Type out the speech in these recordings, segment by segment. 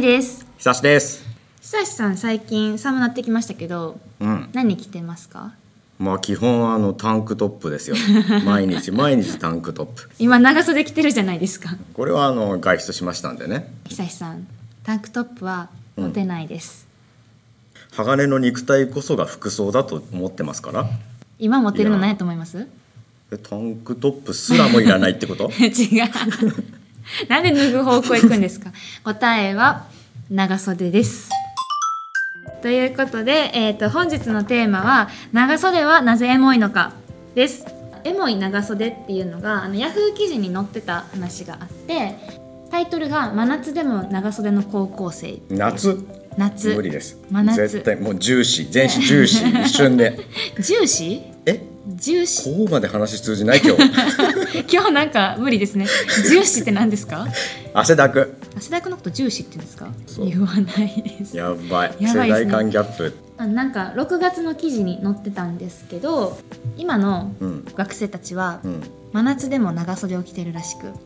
です。 久しです。 久しさん、最近寒なってきましたけど、何着てますか？ まあ基本タンクトップですよ。毎日タンクトップ。 今長袖着てるじゃないですか。 これは外出しましたんでね。 久しさん、タンクトップは持てないです。 鋼の肉体こそが服装だと思ってますから。 今持てるの何やと思います？ タンクトップすらもいらないってこと？ 違う。なんで脱ぐ方向行くんですか？答えは長袖です。ということで、本日のテーマは長袖はなぜエモいのかです。エモい長袖っていうのがヤフー記事に載ってた話があって、タイトルが真夏でも長袖の高校生。 夏無理です。 真夏絶対もう重視、全身重視一瞬で重視？重視？ ここまで話通じない今日今日なんか無理ですね。重視って何ですか？ 汗だくのこと重視って言うんですか？言わないです。 やばい、 ね、 世代間ギャップ。 なんか6月の記事に載ってたんですけど、今の学生たちは真夏でも長袖を着てるらしく、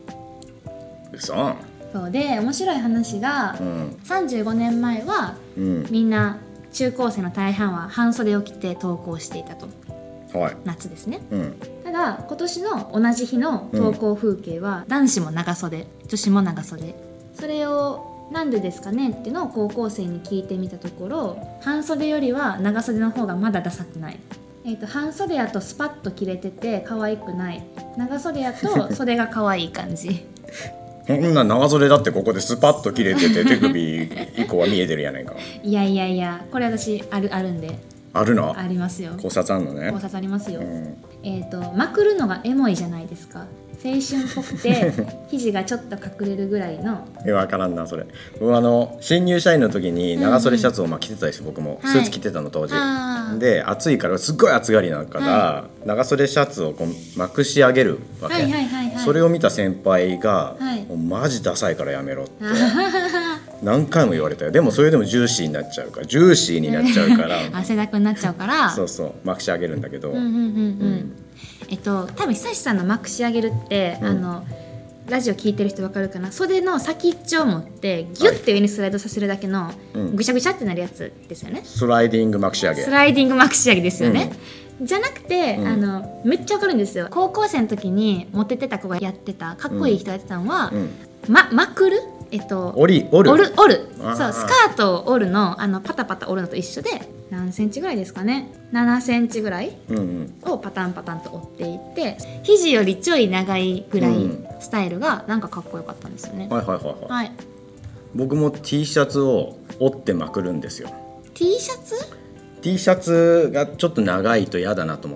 そうで、面白い話が、35年前は、みんな中高生の大半は半袖を着て登校していたと、夏ですね、ただ今年の同じ日の登校風景は、男子も長袖、女子も長袖。それをなんでですかねっていうのを高校生に聞いてみたところ、半袖よりは長袖の方がまだダサくない、半袖やとスパッと着れてて可愛くない、長袖やと袖が可愛い感じそんな長袖だってここでスパッと切れてて手首以降は見えてるやないか。 いやこれ私あるんで。 あるの？ ありますよ。 考察あんのね。 考察ありますよ、まくるのがエモいじゃないですか。青春っぽくて肘がちょっと隠れるぐらいの。 分からんなそれ。僕新入社員の時に長袖シャツを着てたです、僕もスーツ着てたの当時、で暑いからすっごい暑がりだから、長袖シャツをこうまくし上げるわけ、それを見た先輩が、もうマジダサいからやめろって何回も言われたよ。でもそれでもジューシーになっちゃうから汗だくになっちゃうからそうまくし上げるんだけど、 多分久志さんのまくし上げるって、ラジオ聞いてる人分かるかな。袖の先っちょを持ってギュッて上にスライドさせるだけの、ぐしゃぐしゃってなるやつですよね。 スライディングまくし上げですよね、じゃなくて、めっちゃ分かるんですよ。高校生の時にモテてた子がやってた、かっこいい人がやってたのは、まくる、折る、そう、スカートを折るの、パタパタ折るのと一緒で、何センチぐらいですかね、7センチぐらいをパタンパタンと折っていって、肘よりちょい長いぐらいスタイルがなんかかっこよかったんですよね。 僕も T シャツを折ってまくるんですよ。 T シャツがちょっと長いと嫌だなと思って、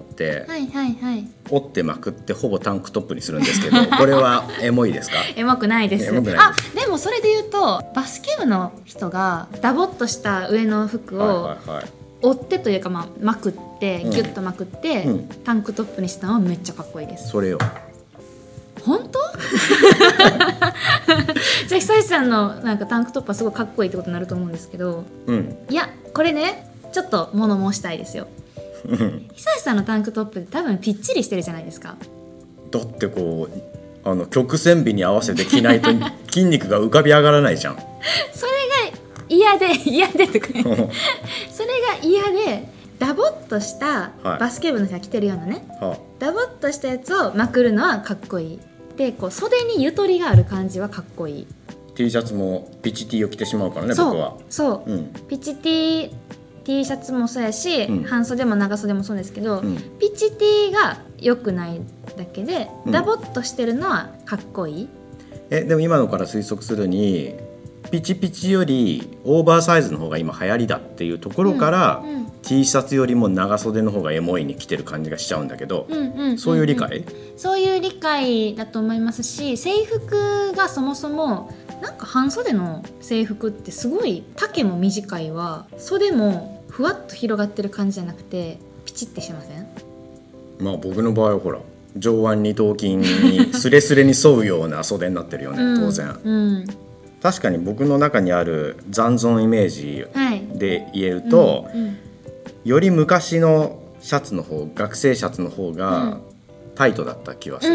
折ってまくってほぼタンクトップにするんですけどこれはエモいですか？ エモくないです。でもそれで言うと、バスケ部の人がダボっとした上の服を折ってというか、まくってギュッとまくって、タンクトップにしたのはめっちゃかっこいいです。 それよ。 本当？じゃあ久石さんのなんかタンクトップはすごいかっこいいってことになると思うんですけど、いやこれね、ちょっと物申したいですよ。久石さんのタンクトップって多分ぴっちりしてるじゃないですか。だってこう曲線美に合わせて着ないと筋肉が浮かび上がらないじゃん。 それが嫌でとかそれが嫌で、ダボっとしたバスケ部の人が着てるようなね、ダボっとしたやつをまくるのはかっこいいで、こう袖にゆとりがある感じはかっこいい。 T シャツもピチ T を着てしまうからね、僕は。 ピチ T シャツもそうやし、半袖も長袖もそうですけど、ピチ T が良くないだけで、ダボっとしてるのはかっこいい。 でも今のから推測するに、ピチピチよりオーバーサイズの方が今流行りだっていうところから、T シャツよりも長袖の方がエモいに着てる感じがしちゃうんだけど、そういう理解？ そういう理解だと思いますし、制服がそもそもなんか半袖の制服ってすごい丈も短いわ、袖もふわっと広がってる感じじゃなくてピチってしてません？ 僕の場合はほら、上腕二頭筋にスレスレに沿うような袖になってるよね、当然。確かに僕の中にある残存イメージで言えると、より昔のシャツの方、学生シャツの方がタイトだった気はする。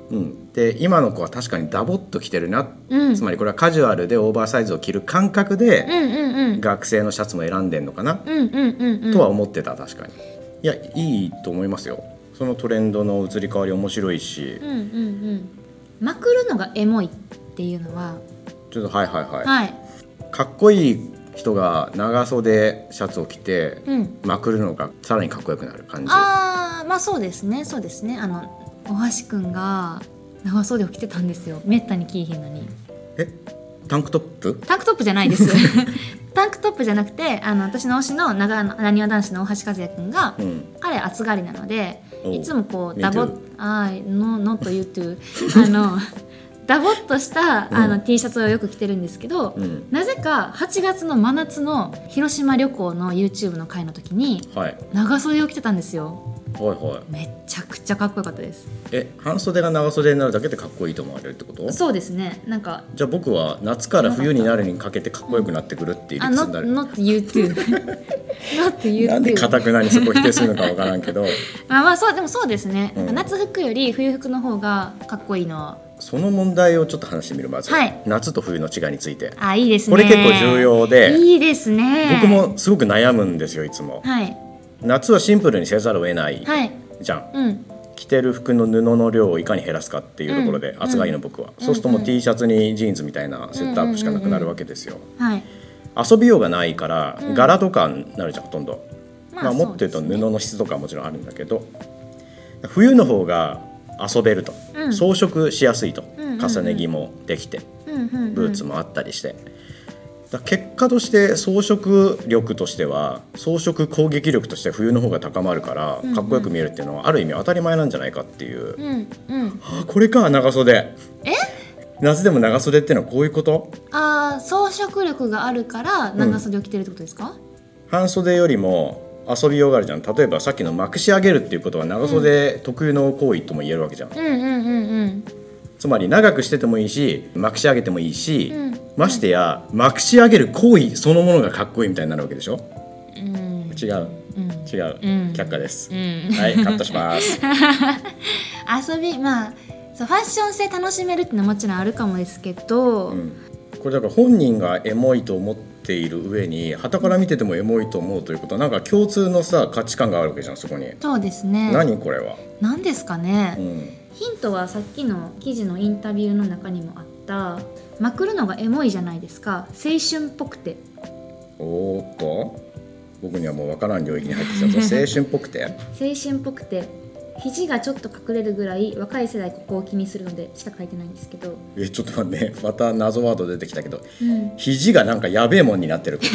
で今の子は確かにダボっと着てるな、つまりこれはカジュアルでオーバーサイズを着る感覚で、学生のシャツも選んでんのかな、とは思ってた。確かにいやいいと思いますよ。そのトレンドの移り変わり面白いし、 まくるのがエモいっていうのはちょっとはい、かっこいい人が長袖シャツを着て、まくるのがさらにかっこよくなる感じ。 そうですね大橋くんが長袖を着てたんですよ。めったに着いひんのに。 タンクトップ？ タンクトップじゃないですタンクトップじゃなくて私の推しのなにわ男子の大橋和也くんが、彼暑がりなのでいつもこうダボッノット言うというダボっとした、T シャツをよく着てるんですけど、なぜか8月の真夏の広島旅行の YouTube の回の時に、長袖を着てたんですよ。めちゃくちゃかっこよかったです。 半袖が長袖になるだけでかっこいいと思われるってこと？ そうですね。じゃあ僕は夏から冬になるにかけてかっこよくなってくるっていう理屈になる。 Not you too なんでかたくなにそこ否定するのかわからんけどでもそうですね。夏服より冬服の方がかっこいいのはその問題をちょっと話してみる。まず、夏と冬の違いについて。 いいですね。 これ結構重要で、 いいですね。 僕もすごく悩むんですよいつも。夏はシンプルにせざるを得ないじゃん、着てる服の布の量をいかに減らすかっていうところで、暑がりの僕は、そうするともう T シャツにジーンズみたいなセットアップしかなくなるわけですよ。遊びようがないから柄とかになるじゃんほとんど。もっと言うと布の質とかもちろんあるんだけど、冬の方が遊べると、装飾しやすいと、重ね着もできて、ブーツもあったりして、結果として装飾力としては装飾攻撃力として冬の方が高まるからかっこよく見えるっていうのはある意味当たり前なんじゃないかっていう、これか長袖。夏でも長袖っていうのはこういうこと？ 装飾力があるから長袖を着てるってことですか？ 半袖よりも遊びようがあるじゃん。例えばさっきのまくし上げるっていうことは長袖特有の行為とも言えるわけじゃん。つまり長くしててもいいしまくし上げてもいいし、ましてやまくし上げる行為そのものがかっこいいみたいになるわけでしょ。違う、却下です、はい、カットします遊びファッション性楽しめるっていうのはもちろんあるかもですけど、 これだから本人がエモいと思っている上に傍から見ててもエモいと思うということはなんか共通のさ価値観があるわけじゃんそこに。 そうですね。 何これは何ですかね、ヒントはさっきの記事のインタビューの中にもあったまくるのがエモいじゃないですか。青春っぽくて。 おーっと僕にはもう分からん領域に入ってきたぞ青春っぽくて青春っぽくて肘がちょっと隠れるぐらい若い世代ここを気にするのでしか書いてないんですけど。 ちょっと待ってまた謎ワード出てきたけど、肘がなんかやべえもんになってること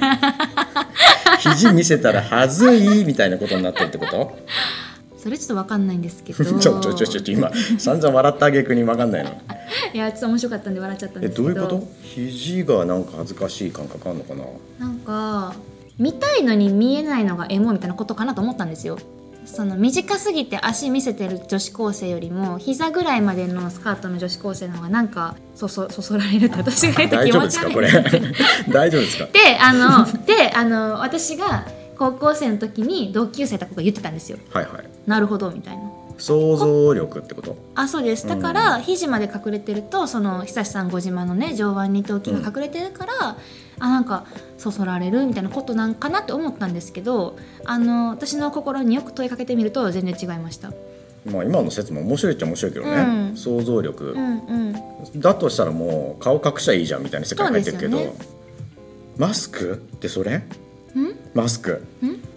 肘見せたらはずいみたいなことになってるってこと？ それちょっと分かんないんですけどちょ今散々笑った挙句に分かんないのいやちょっと面白かったんで笑っちゃったんですけど。 どういうこと？肘がなんか恥ずかしい感覚あるのかな。 なんか見たいのに見えないのがエモいみたいなことかなと思ったんですよ。その短すぎて足見せてる女子高生よりも膝ぐらいまでのスカートの女子高生の方がなんかそそられるって私が言った気持ち悪い。 大丈夫ですかこれ大丈夫ですか。 で私が高校生の時に同級生とかが言ってたんですよ。なるほどみたいな。 想像力ってこと？ そうです。だから肘まで隠れてるとその久志さんご自慢のね上腕二頭筋が隠れてるから、なんかそそられるみたいなことなんかなって思ったんですけど、私の心によく問いかけてみると全然違いました。 今の説も面白いっちゃ面白いけどね、想像力、だとしたらもう顔隠しちゃいいじゃんみたいな世界入ってるけど、マスクってそれ？マスク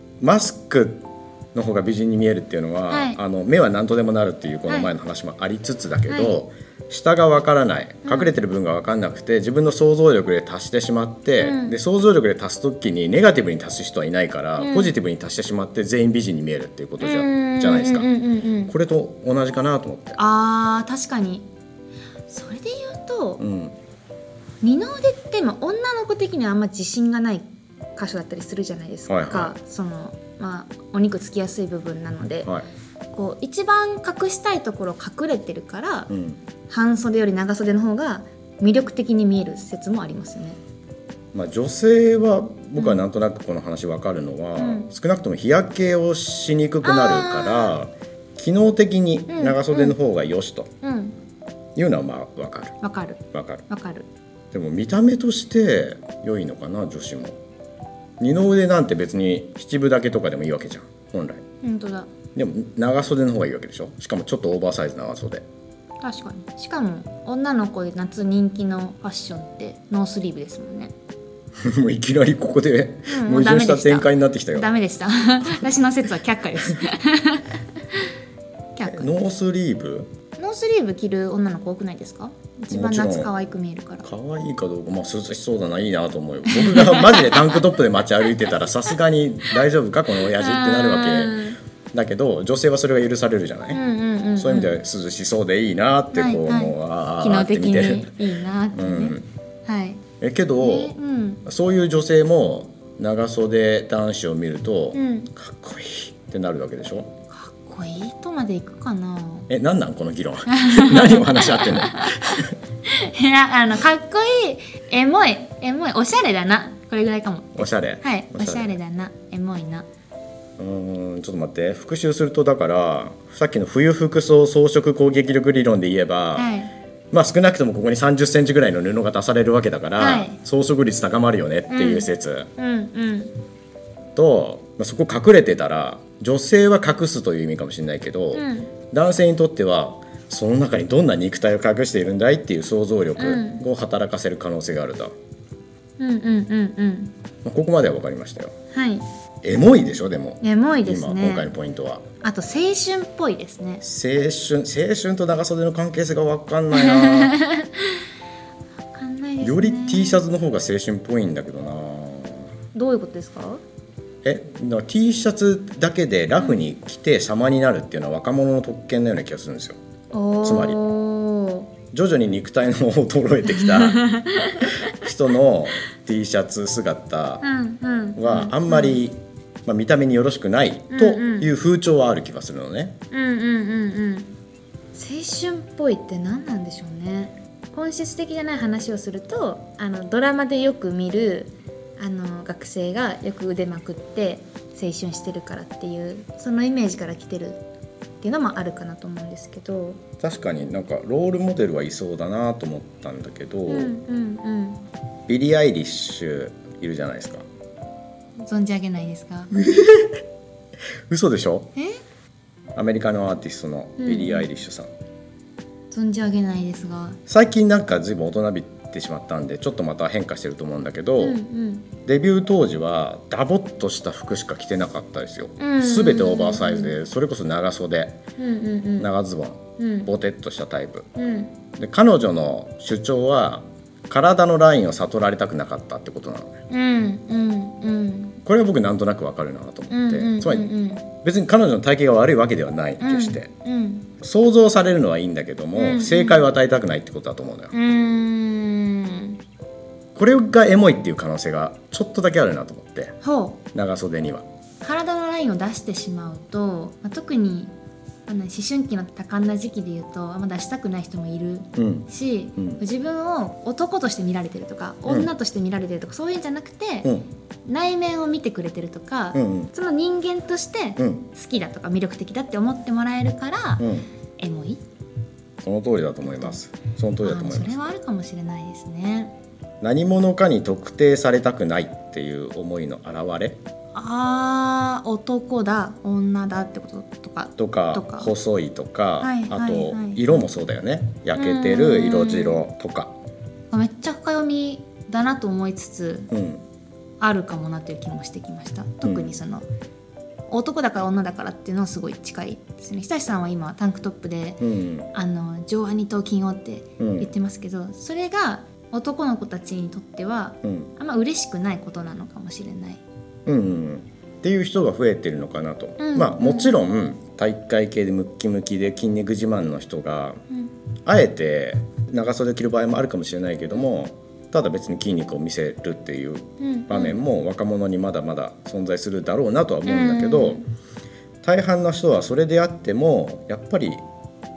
の方が美人に見えるっていうのは、目は何とでもなるっていうこの前の話もありつつだけど、下が分からない隠れてる部分が分からなくて、自分の想像力で足してしまって、で想像力で足す時にネガティブに足す人はいないから、ポジティブに足してしまって全員美人に見えるっていうことじゃないですか。これと同じかなと思って。 確かにそれで言うと、二の腕って女の子的にはあんま自信がない箇所だったりするじゃないですか、そのお肉つきやすい部分なので、こう一番隠したいところ隠れてるから、半袖より長袖の方が魅力的に見える説もありますよね。 女性は僕はなんとなくこの話分かるのは、少なくとも日焼けをしにくくなるから機能的に長袖の方がよしというのはまあ分かる。 分かる。 分かる。 分かる。 でも見た目として良いのかな、女子も。二の腕なんて別に七分丈とかでもいいわけじゃん本来。 本当だ。 でも長袖の方がいいわけでしょ。しかもちょっとオーバーサイズ長袖。 確かに。しかも女の子で夏人気のファッションってノースリーブですもんね。 もういきなりここで矛盾した展開になってきたよ。 ダメでした。私の説は却下です。却下。 ノースリーブ？ ノースリーブ着る女の子多くないですか？一番夏可愛く見えるから。 可愛いかどうか、まあ涼しそうだな、いいなと思うよ。僕がマジでタンクトップで街歩いてたらさすがに大丈夫かこの親父ってなるわけだけど、女性はそれが許されるじゃない、そういう意味では涼しそうでいいなってこう、もう機能的にいいなってね、はい。 けど、そういう女性も長袖男子を見ると、かっこいいってなるわけでしょ。 かっこいいとまでいくかな。 なんなんこの議論。何を話し合ってんの。 いやかっこいい、エモいおしゃれだな、これぐらいかも。 おしゃれ。 はい、おしゃれだな、エモいな。 ちょっと待って、復習すると、だからさっきの冬服装装飾攻撃力理論で言えば、まあ少なくともここに30センチぐらいの布が足されるわけだから、装飾率高まるよねっていう説、と、そこ隠れてたら女性は隠すという意味かもしれないけど、男性にとってはその中にどんな肉体を隠しているんだいっていう想像力を働かせる可能性があると。ここまでは分かりましたよ。 はい。 エモいでしょ。でもエモいですね。 今回のポイントはあと青春っぽいですね。 青春と長袖の関係性が分かんないな。 分かんないですね。 より T シャツの方が青春っぽいんだけどな。 どういうことですか。 T シャツだけでラフに着て様になるっていうのは若者の特権のような気がするんですよ。つまり徐々に肉体の衰えてきた人の T シャツ姿はあんまり見た目によろしくないという風潮はある気がするのね。 青春っぽいって何なんでしょうね。本質的じゃない話をすると、ドラマでよく見る学生がよく腕まくって青春してるからっていう、そのイメージから来てるっていうのもあるかなと思うんですけど。 確かになんかロールモデルはいそうだなと思ったんだけど、ビリー・アイリッシュいるじゃないですか。 存じ上げないですか。 嘘でしょ。アメリカのアーティストのビリー・アイリッシュさん、 存じ上げないですが、 最近なんか随分大人びてしまったんでちょっとまた変化してると思うんだけど、デビュー当時はダボっとした服しか着てなかったですよ。全てオーバーサイズで、それこそ長袖、長ズボン、ボテッとしたタイプ、で彼女の主張は体のラインを悟られたくなかったってことなのね。これは僕なんとなくわかるなと思って、つまり別に彼女の体型が悪いわけではない決して、想像されるのはいいんだけども、正解を与えたくないってことだと思うのよ。これがエモいっていう可能性がちょっとだけあるなと思って。長袖には体のラインを出してしまうと、特に思春期の多感な時期でいうとあんま出したくない人もいるし、自分を男として見られてるとか、女として見られてるとか、そういうんじゃなくて、内面を見てくれてるとか、その人間として好きだとか魅力的だって思ってもらえるから、エモい。 その通りだと思います。その通りだと思います。 それはあるかもしれないですね。 何者かに特定されたくないっていう思いの表れ。 男だ女だってこととか細いとか、あと色もそうだよね。焼けてる色白とか、 めっちゃ深読みだなと思いつつ、あるかもなという気もしてきました。特にその、男だから女だからっていうのはすごい近いですね。久志さんは今タンクトップで、上腕二頭筋をって言ってますけど、それが男の子たちにとっては、あんま嬉しくないことなのかもしれない、 っていう人が増えてるのかなと。もちろん体育会系でムッキムキで筋肉自慢の人が、あえて長袖着る場合もあるかもしれないけども、ただ別に筋肉を見せるっていう場面も若者にまだまだ存在するだろうなとは思うんだけど、大半の人はそれであってもやっぱり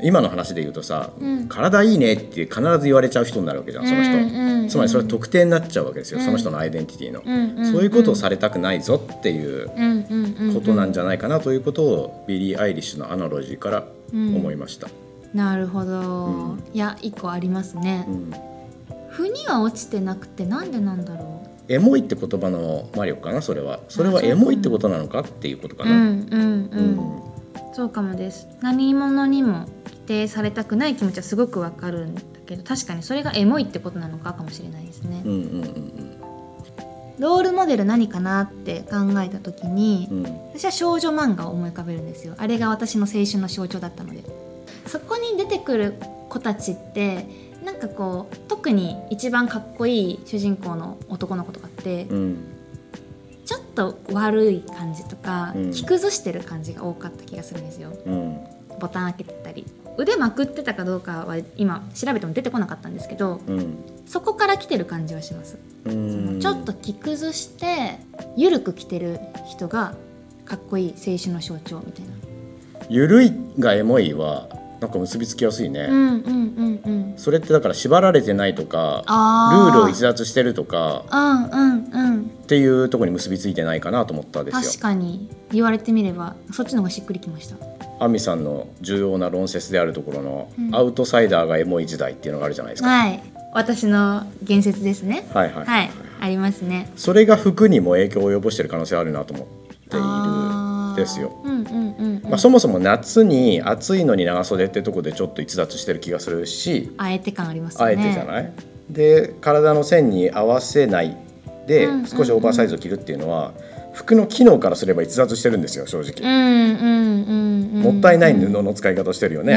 今の話で言うとさ、体いいねって必ず言われちゃう人になるわけじゃん、その人、つまりそれは特定になっちゃうわけですよ、その人のアイデンティティの、そういうことをされたくないぞっていうことなんじゃないかなということをビリー・アイリッシュのアナロジーから思いました。 なるほど、いや一個ありますね、腑には落ちてなくてなんでなんだろう。 エモいって言葉の魔力かな、それはエモいってことなのかっていうことかな。 そうかもです。何者にも否定されたくない気持ちはすごくわかるんだけど、確かにそれがエモいってことなのかもしれないですね。ロールモデル何かなって考えた時に、私は少女漫画を思い浮かべるんですよ。あれが私の青春の象徴だったので、そこに出てくる子たちってなんかこう特に一番かっこいい主人公の男の子とかって、ちょっと悪い感じとか、着崩してる感じが多かった気がするんですよ、ボタン開けてたり腕まくってたかどうかは今調べても出てこなかったんですけど、そこから来てる感じはします。ちょっと着崩して緩く着てる人がかっこいい青春の象徴みたいな。 緩いがエモいはなんか結びつきやすいね。それってだから縛られてないとかルールを逸脱してるとか、っていうところに結びついてないかなと思ったんですよ。 確かに言われてみればそっちの方がしっくりきました。 アミさんの重要な論説であるところの、アウトサイダーがエモい時代っていうのがあるじゃないですか。 はい、私の言説ですね。はい、ありますね。 それが服にも影響を及ぼしている可能性あるなと思っているんですよ。そもそも夏に暑いのに長袖ってとこでちょっと逸脱してる気がするし、 あえて感ありますよね。 あえてじゃない。で体の線に合わせないで少しオーバーサイズを着るっていうのは、服の機能からすれば逸脱してるんですよ、正直。もったいない布の使い方をしてるよね。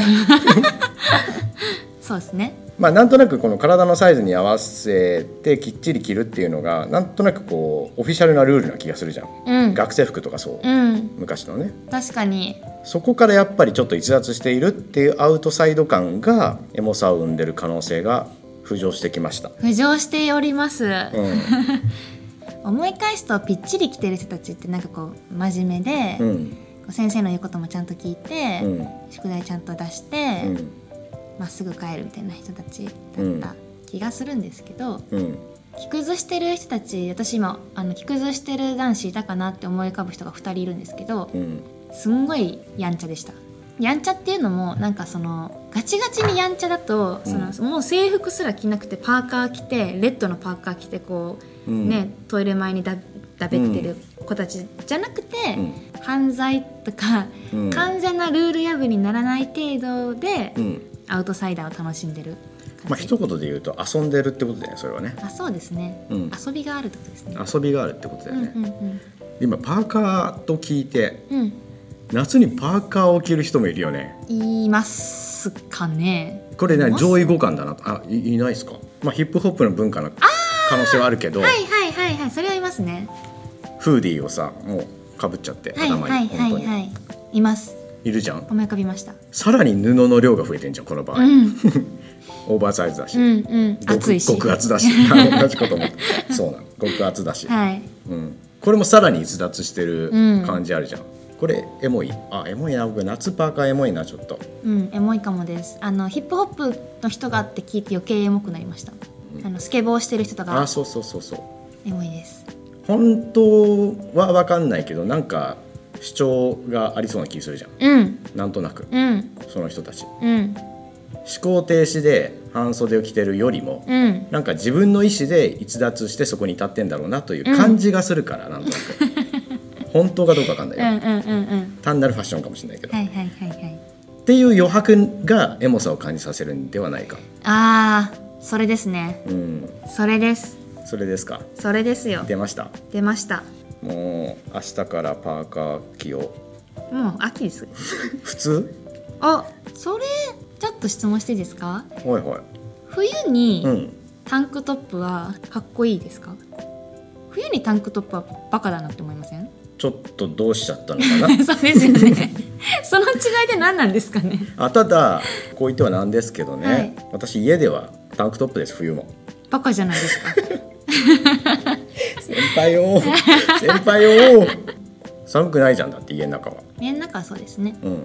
そうですね。 なんとなくこの体のサイズに合わせてきっちり着るっていうのがなんとなくこうオフィシャルなルールな気がするじゃん、学生服とかそう、昔のね。 確かにそこからやっぱりちょっと逸脱しているっていうアウトサイド感がエモさを生んでる可能性が浮上してきました。 浮上しております、思い返すとぴっちり着てる人たちってなんかこう真面目で、先生の言うこともちゃんと聞いて、宿題ちゃんと出して、まっすぐ帰るみたいな人たちだった気がするんですけど、着崩してる人たち、私今着崩してる男子いたかなって思い浮かぶ人が2人いるんですけど、すんごいやんちゃでした。やんちゃっていうのもなんかそのガチガチにやんちゃだと、もう制服すら着なくてパーカー着てレッドのパーカー着てこう、トイレ前にだべってる子たちじゃなくて、犯罪とか、完全なルール破りにならない程度で、アウトサイダーを楽しんでる感じ。 一言で言うと遊んでるってことだよね、それはね。 そうですね、遊びがあるってことですね。 遊びがあるってことだよね。今パーカーと聞いて、夏にパーカーを着る人もいるよね。 いますかね。 これね、上位互換だな。いないですか。ヒップホップの文化の可能性はあるけど、 それはいますね。 フーディーをさもうかぶっちゃって頭に、本当にいます。 いるじゃん。 思い浮かびました。 さらに布の量が増えてんじゃんこの場合、オーバーサイズだし、 暑いし極厚だし同じこと思ってそうなの、極厚だし、これもさらに逸脱してる感じあるじゃん、これエモい。エモいな。僕夏パーカーエモいな、ちょっと。 エモいかもです。ヒップホップの人がって聞いて余計エモくなりました。スケボーしてる人とか。 そうエモいです。 本当は分かんないけどなんか主張がありそうな気するじゃん、なんとなく、その人たち、思考停止で半袖を着てるよりも、なんか自分の意思で逸脱してそこに立ってんだろうなという感じがするから、なんとなく本当かどうか分かんないよ、単なるファッションかもしれないけど、っていう余白がエモさを感じさせるんではないか。 それですね、それです。 それですか。 それですよ。 出ました。 もう明日からパーカー着よう。もう秋です普通。 それちょっと質問していいですか。 冬にタンクトップはかっこいいですか。冬にタンクトップはバカだなって思いません。 ちょっとどうしちゃったのかなそうですよねその違いって何なんですかね。 ただこう言ってはなんですけどね、私家ではタンクトップです。冬も。 バカじゃないですか先輩よ寒くないじゃん。だって家の中は。 家の中はそうですね。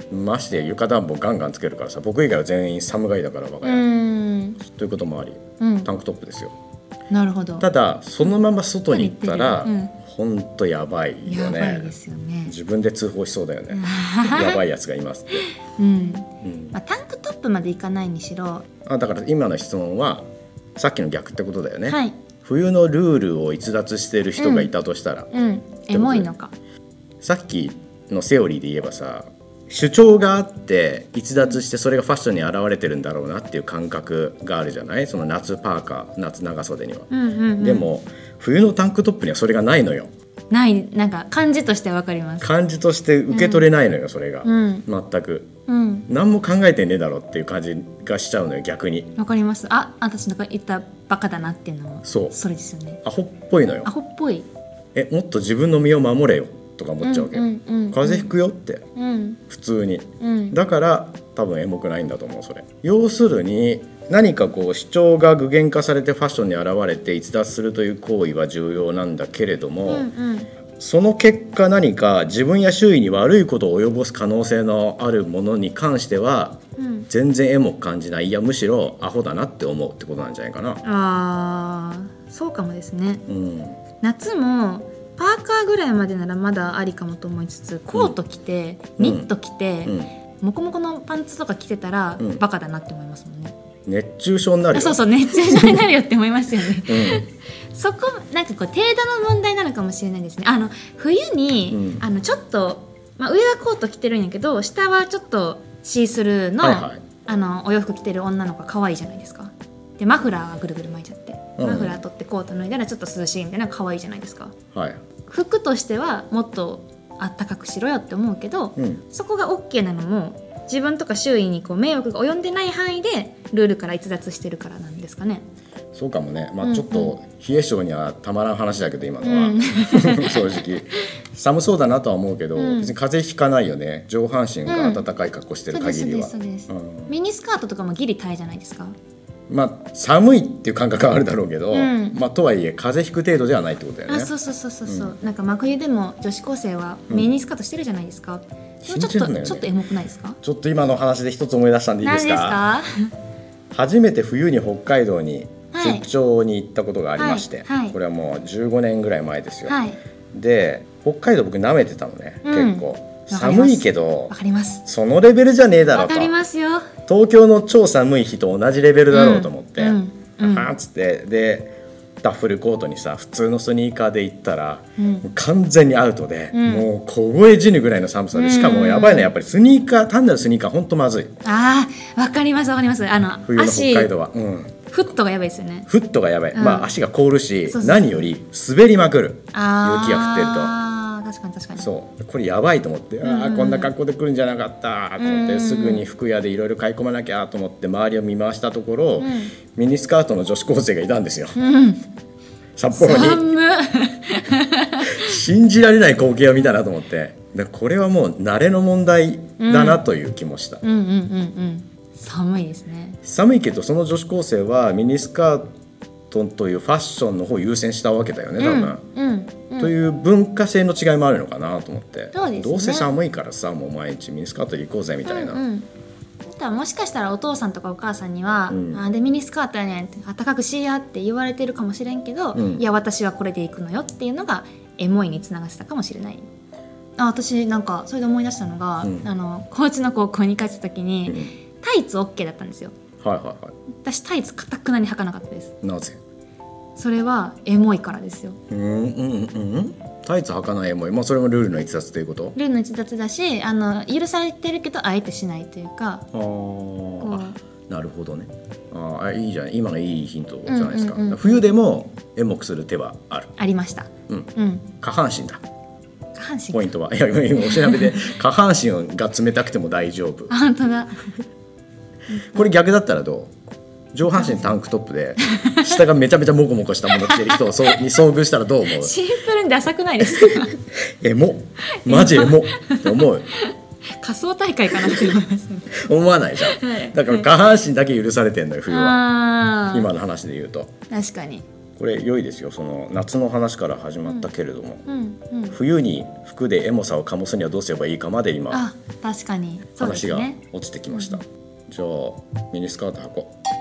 まして床暖房ガンガンつけるからさ、僕以外は全員寒がりだから我が家ということもあり、タンクトップですよ。 なるほど。 ただそのまま外に行ったらほんとやばいよね。 やばいですよね。 自分で通報しそうだよねやばいやつがいますって、 まあ、タンクトップまでいかないにしろ、 だから今の質問はさっきの逆ってことだよね、 はい、 冬のルールを逸脱している人がいたとしたら、 エモいのか。 さっきのセオリーで言えばさ、主張があって逸脱してそれがファッションに現れてるんだろうなっていう感覚があるじゃない。その夏パーカー、夏長袖には、でも冬のタンクトップにはそれがないのよ。 ない、なんか感じとしては分かります。 感じとして受け取れないのよ、それが、全く、何も考えてねえだろっていう感じがしちゃうのよ、逆に。 分かります。私の言ったバカだなっていうのもそれですよね。 アホっぽいのよ。 アホっぽい。 もっと自分の身を守れよとか思っちゃうわけ、風邪ひくよって、普通に、だから多分エモくないんだと思う。それ要するに何かこう主張が具現化されてファッションに現れて逸脱するという行為は重要なんだけれども、その結果何か自分や周囲に悪いことを及ぼす可能性のあるものに関しては、全然エモく感じない。いやむしろアホだなって思うってことなんじゃないかな。 そうかもですね、夏もパーカーぐらいまでならまだありかもと思いつつ、コート着て、ニット着て、モコモコのパンツとか着てたら、バカだなって思いますもんね。 熱中症になるよ。 そう熱中症になるよって思いますよね、そこなんかこう程度の問題なのかもしれないですね。冬に、ちょっと、上はコート着てるんやけど下はちょっとシースルーの、お洋服着てる女の子が可愛いじゃないですか。でマフラーはぐるぐる巻いちゃって、マフラー取ってコート脱いだらちょっと涼しいみたいな可愛いじゃないですか、服としてはもっとあったかくしろよって思うけど、そこが OK なのも自分とか周囲にこう迷惑が及んでない範囲でルールから逸脱してるからなんですかね。 そうかもね、ちょっと冷え性にはたまらん話だけど今のは、正直寒そうだなとは思うけど、別に風邪ひかないよね。上半身が暖かい格好してる限りは、 そうです、ミニスカートとかもギリタイじゃないですか。 寒いっていう感覚はあるだろうけど、とはいえ風邪ひく程度ではないってことだよね。 そう、なんか真冬でも女子高生はミニスカートしてるじゃないですか、ちょっとエモくないですか。 ちょっと今の話で一つ思い出したんでいいですか。初めて冬に北海道に出張に行ったことがありまして、これはもう15年ぐらい前ですよ、で北海道僕舐めてたのね、結構寒いけどそのレベルじゃねえだろうと。 わかりますよ。 東京の超寒い日と同じレベルだろうと思って、っつってでダッフルコートにさ普通のスニーカーで行ったら、完全にアウトで、もう凍え死ぬぐらいの寒さで、しかもやばいのはやっぱりスニーカー、単なるスニーカーほんとまずい。 わかります冬の北海道は、 フットがやばいですよね。 フットがやばい、足が凍るし、何より滑りまくる、雪が降ってると。 確かにそうこれやばいと思って、こんな格好で来るんじゃなかったと思って、すぐに服屋でいろいろ買い込まなきゃと思って周りを見回したところ、ミニスカートの女子高生がいたんですよ、札幌に。信じられない光景を見たなと思って、でこれはもう慣れの問題だなという気もした。 寒いですね。 寒いけどその女子高生はミニスカートというファッションの方を優先したわけだよね、多分、という文化性の違いもあるのかなと思って、どうせ寒いからさもう毎日ミニスカートで行こうぜみたいな、 もしかしたらお父さんとかお母さんには、でミニスカートやねんって暖かくしやって言われてるかもしれんけど、いや私はこれで行くのよっていうのがエモいにつながってたかもしれない。私なんかそれで思い出したのが、高知の高校に帰った時に、タイツ OK だったんですよ。私タイツかたくなに履かなかったです。 なぜ？ それはエモいからですよ。 タイツ履かないエモい、それもルールの逸脱ということ？ ルールの逸脱だし、許されてるけどあえてしないというか。 なるほどね。いいじゃない、今のいいヒントじゃないですか。冬でもエモくする手はある。 ありました。 下半身だ。 下半身ポイントは、いやお調べで下半身が冷たくても大丈夫。 本当だ。 これ逆だったらどう？上半身タンクトップで下がめちゃめちゃモコモコしたもの着てる人に遭遇したらどう思う？ シンプルにダサくないですか？ エモ、マジエモって思う。 仮想大会かなって思いますね。 思わないじゃん、だから下半身だけ許されてんのよ冬は。今の話で言うと確かにこれ良いですよ。その夏の話から始まったけれども、冬に服でエモさを醸すにはどうすればいいかまで今確かに話が落ちてきました。じゃあミニスカート履こう。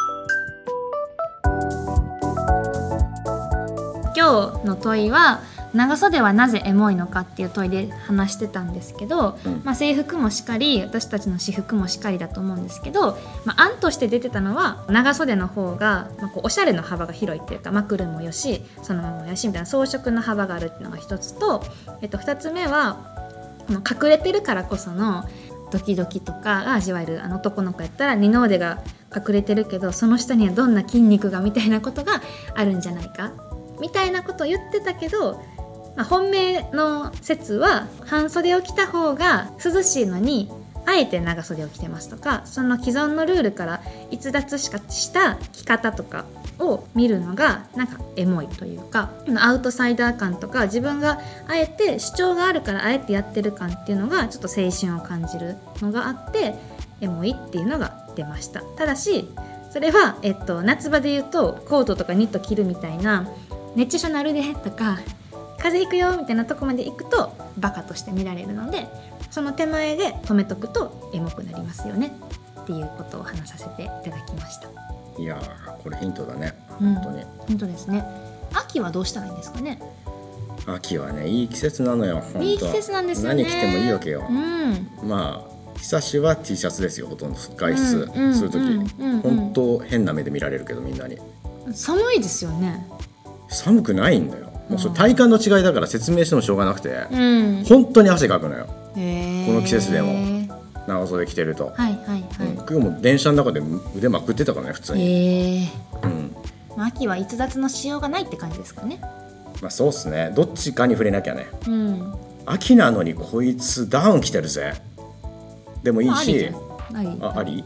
今日の問いは長袖はなぜエモいのかっていう問いで話してたんですけど、制服もしかり私たちの私服もしかりだと思うんですけど、案として出てたのは長袖の方が、こうおしゃれの幅が広いっていうか、くるもよしそのままもよしみたいな装飾の幅があるっていうのが一つと、二つ目は隠れてるからこそのドキドキとかが味わえる。男の子やったら二の腕が隠れてるけどその下にはどんな筋肉がみたいなことがあるんじゃないかみたいなことを言ってたけど、本命の説は半袖を着た方が涼しいのにあえて長袖を着てますとか、その既存のルールから逸脱した着方とかを見るのがなんかエモいというか、アウトサイダー感とか自分があえて主張があるからあえてやってる感っていうのがちょっと青春を感じるのがあってエモいっていうのが出ました。ただしそれは、夏場で言うとコートとかニット着るみたいな熱中症なるでとか風邪ひくよみたいなとこまで行くとバカとして見られるので、その手前で止めとくとエモくなりますよねっていうことを話させていただきました。 いやこれヒントだね。本当にヒントですね。秋はどうしたらいいんですかね。 秋はねいい季節なのよ。 いい季節なんですよね。 何着てもいいわけよ。久しは T シャツですよ。ほとんど外出するとき本当変な目で見られるけどみんなに。 寒いですよね。 寒くないんだよ。もうそれ体感の違いだから説明してもしょうがなくて、本当に汗かくのよ、この季節でも長袖着てると。今日も電車の中で腕まくってたからね普通に。 秋は逸脱のしようがないって感じですかね。 そうっすね。どっちかに触れなきゃね。秋なのにこいつダウン着てるぜでもいいし、あり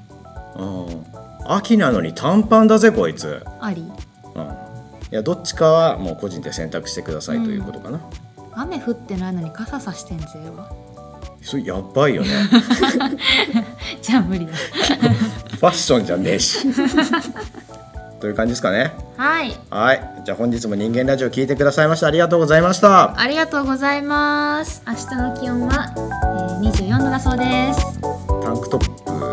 秋なのに短パンだぜこいつあり。 いやどっちかはもう個人で選択してくださいということかな。 雨降ってないのに傘さしてんぜはそれやばいよねじゃあ無理だファッションじゃねえしという感じですかね。 はい、 じゃあ本日も人間ラジオ聞いてくださいましてありがとうございました。 ありがとうございます。明日の気温は、24度だそうです。 タンクトップ